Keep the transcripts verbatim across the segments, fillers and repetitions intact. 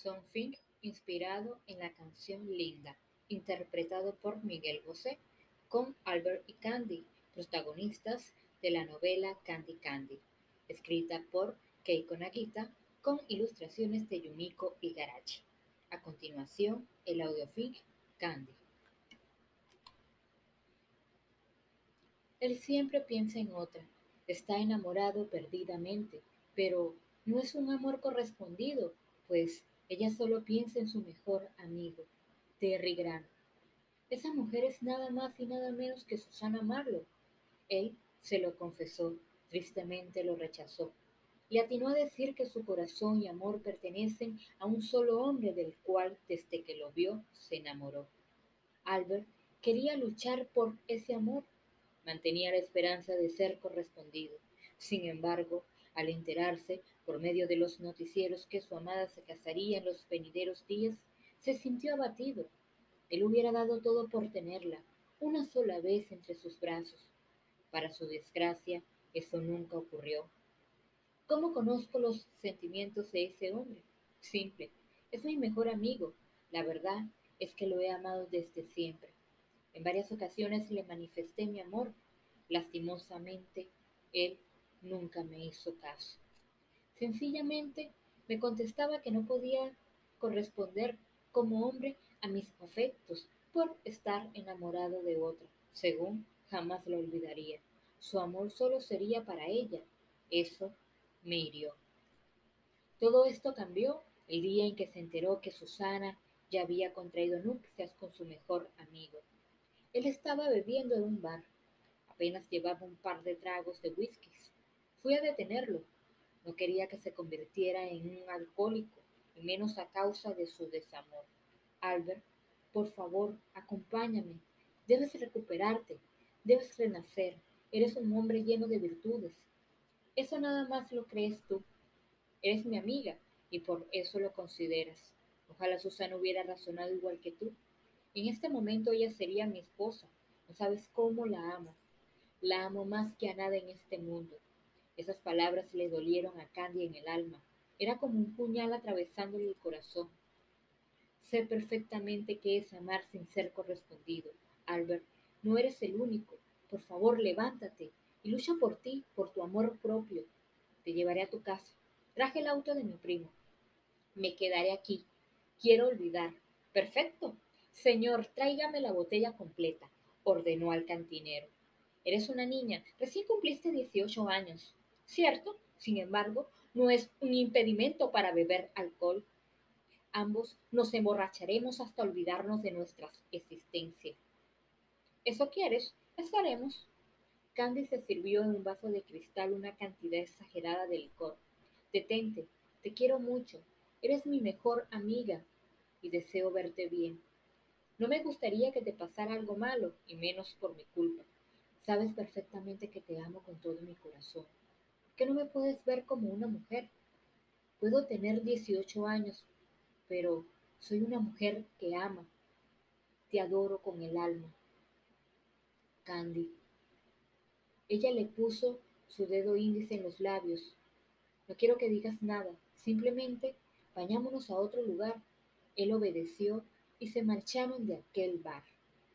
Something inspirado en la canción Linda, interpretado por Miguel Bosé, con Albert y Candy, protagonistas de la novela Candy Candy, escrita por Keiko Nagita, con ilustraciones de Yumiko Igarashi. A continuación, el audiofic Candy. Él siempre piensa en otra, está enamorado perdidamente, pero no es un amor correspondido, pues ella solo piensa en su mejor amigo, Terry Grant. Esa mujer es nada más y nada menos que Susana Marlowe. Él se lo confesó, tristemente lo rechazó. Le atinó a decir que su corazón y amor pertenecen a un solo hombre del cual, desde que lo vio, se enamoró. Albert quería luchar por ese amor, mantenía la esperanza de ser correspondido. Sin embargo, al enterarse, por medio de los noticieros, que su amada se casaría en los venideros días, se sintió abatido. Él hubiera dado todo por tenerla, una sola vez entre sus brazos. Para su desgracia, eso nunca ocurrió. ¿Cómo conozco los sentimientos de ese hombre? Simple, es mi mejor amigo. La verdad es que lo he amado desde siempre. En varias ocasiones le manifesté mi amor. Lastimosamente, él nunca me hizo caso. Sencillamente me contestaba que no podía corresponder como hombre a mis afectos por estar enamorado de otra. Según, jamás lo olvidaría. Su amor solo sería para ella. Eso me hirió. Todo esto cambió el día en que se enteró que Susana ya había contraído nupcias con su mejor amigo. Él estaba bebiendo en un bar. Apenas llevaba un par de tragos de whisky. Fui a detenerlo. No quería que se convirtiera en un alcohólico, y menos a causa de su desamor. Albert, por favor, acompáñame. Debes recuperarte. Debes renacer. Eres un hombre lleno de virtudes. Eso nada más lo crees tú. Eres mi amiga y por eso lo consideras. Ojalá Susana hubiera razonado igual que tú. En este momento ella sería mi esposa. No sabes cómo la amo. La amo más que a nada en este mundo. Esas palabras le dolieron a Candy en el alma. Era como un puñal atravesándole el corazón. Sé perfectamente qué es amar sin ser correspondido. Albert, no eres el único. Por favor, levántate y lucha por ti, por tu amor propio. Te llevaré a tu casa. Traje el auto de mi primo. Me quedaré aquí. Quiero olvidar. Perfecto. Señor, tráigame la botella completa, ordenó al cantinero. Eres una niña, recién cumpliste dieciocho años. Cierto, sin embargo, no es un impedimento para beber alcohol. Ambos nos emborracharemos hasta olvidarnos de nuestra existencia. ¿Eso quieres? Eso haremos. Candy se sirvió en un vaso de cristal una cantidad exagerada de licor. Detente, te quiero mucho. Eres mi mejor amiga y deseo verte bien. No me gustaría que te pasara algo malo, y menos por mi culpa. Sabes perfectamente que te amo con todo mi corazón. ¿Por qué no me puedes ver como una mujer? Puedo tener dieciocho años, pero soy una mujer que ama. Te adoro con el alma. Candy. Ella le puso su dedo índice en los labios. No quiero que digas nada, simplemente vayámonos a otro lugar. Él obedeció y se marcharon de aquel bar.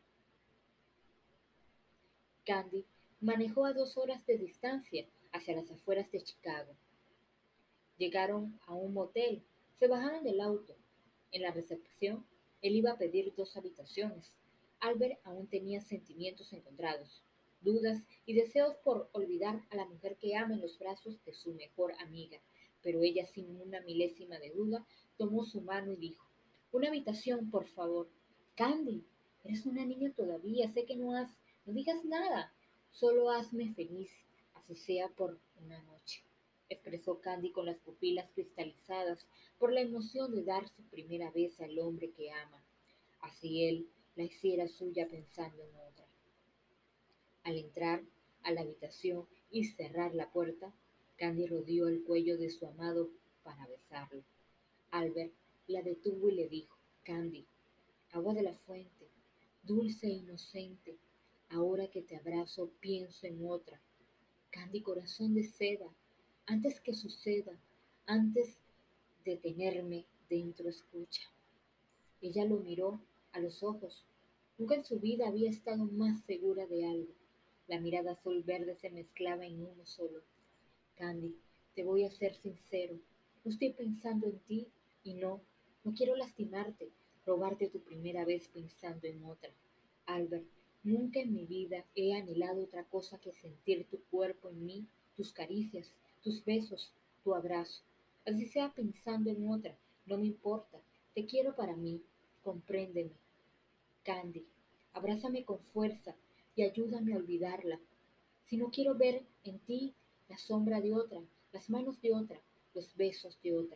Candy manejó a dos horas de distancia hacia las afueras de Chicago. Llegaron a un motel, se bajaron del auto. En la recepción, él iba a pedir dos habitaciones. Albert aún tenía sentimientos encontrados, dudas y deseos por olvidar a la mujer que ama en los brazos de su mejor amiga, pero ella, sin una milésima de duda, tomó su mano y dijo: «Una habitación, por favor». «Candy, eres una niña todavía, sé que no has... No digas nada, solo hazme feliz, así sea por una noche», expresó Candy con las pupilas cristalizadas por la emoción de dar su primera vez al hombre que ama, así él la hiciera suya pensando en otra. Al entrar a la habitación y cerrar la puerta, Candy rodeó el cuello de su amado para besarlo. Albert la detuvo y le dijo: «Candy, agua de la fuente, dulce e inocente, ahora que te abrazo pienso en otra. Candy, corazón de seda, antes que suceda, antes de tenerme, dentro escucha. Ella lo miró a los ojos. Nunca en su vida había estado más segura de algo. La mirada azul verde se mezclaba en uno solo. Candy, te voy a ser sincero. No estoy pensando en ti y no, no quiero lastimarte, robarte tu primera vez pensando en otra. Albert, nunca en mi vida he anhelado otra cosa que sentir tu cuerpo en mí, tus caricias, tus besos, tu abrazo. Así sea pensando en otra, no me importa. Te quiero para mí, compréndeme. Candy, abrázame con fuerza y ayúdame a olvidarla. Si no quiero ver en ti la sombra de otra, las manos de otra, los besos de otra.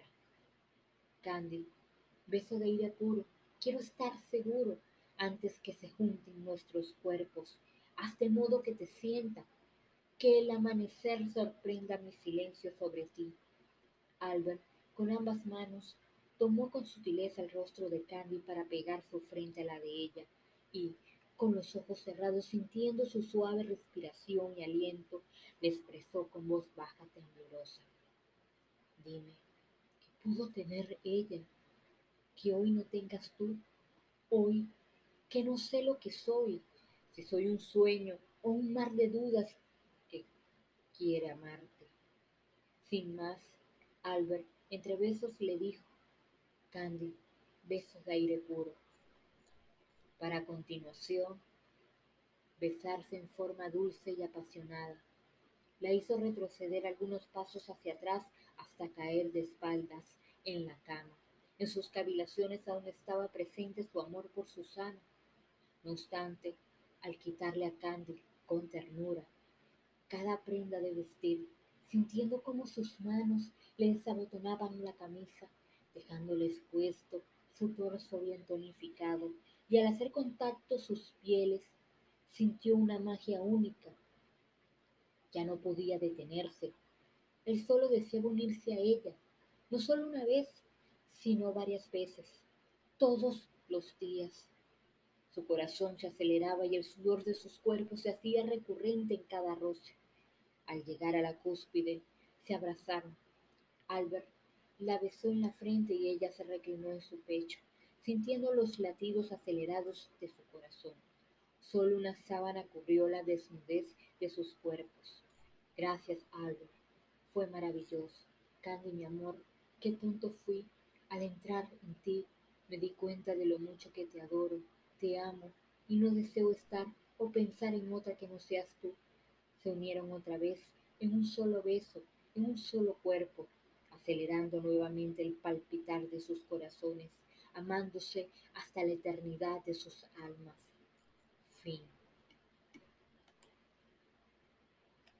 Candy, beso de ira puro, quiero estar seguro antes que se junten nuestros cuerpos. Haz de modo que te sienta, que el amanecer sorprenda mi silencio sobre ti. Albert, con ambas manos, tomó con sutileza el rostro de Candy para pegar su frente a la de ella, y, con los ojos cerrados, sintiendo su suave respiración y aliento, le expresó con voz baja temblorosa: Dime, ¿qué pudo tener ella que hoy no tengas tú? Hoy que no sé lo que soy, si soy un sueño o un mar de dudas que quiere amarte. Sin más, Albert, entre besos, le dijo: Candy, besos de aire puro, para a continuación besarse en forma dulce y apasionada. La hizo retroceder algunos pasos hacia atrás hasta caer de espaldas en la cama. En sus cavilaciones aún estaba presente su amor por Susana. No obstante, al quitarle a Candy con ternura cada prenda de vestir, sintiendo cómo sus manos le desabotonaban la camisa, dejándole expuesto su torso bien tonificado, y al hacer contacto sus pieles, sintió una magia única. Ya no podía detenerse. Él solo deseaba unirse a ella, no solo una vez, sino varias veces, todos los días. Su corazón se aceleraba y el sudor de sus cuerpos se hacía recurrente en cada roce. Al llegar a la cúspide, se abrazaron. Albert la besó en la frente y ella se reclinó en su pecho, sintiendo los latidos acelerados de su corazón. Solo una sábana cubrió la desnudez de sus cuerpos. Gracias, Albert. Fue maravilloso. Candy, mi amor, qué tonto fui. Al entrar en ti, me di cuenta de lo mucho que te adoro, te amo, y no deseo estar o pensar en otra que no seas tú. Se unieron otra vez en un solo beso, en un solo cuerpo, acelerando nuevamente el palpitar de sus corazones, amándose hasta la eternidad de sus almas. Fin.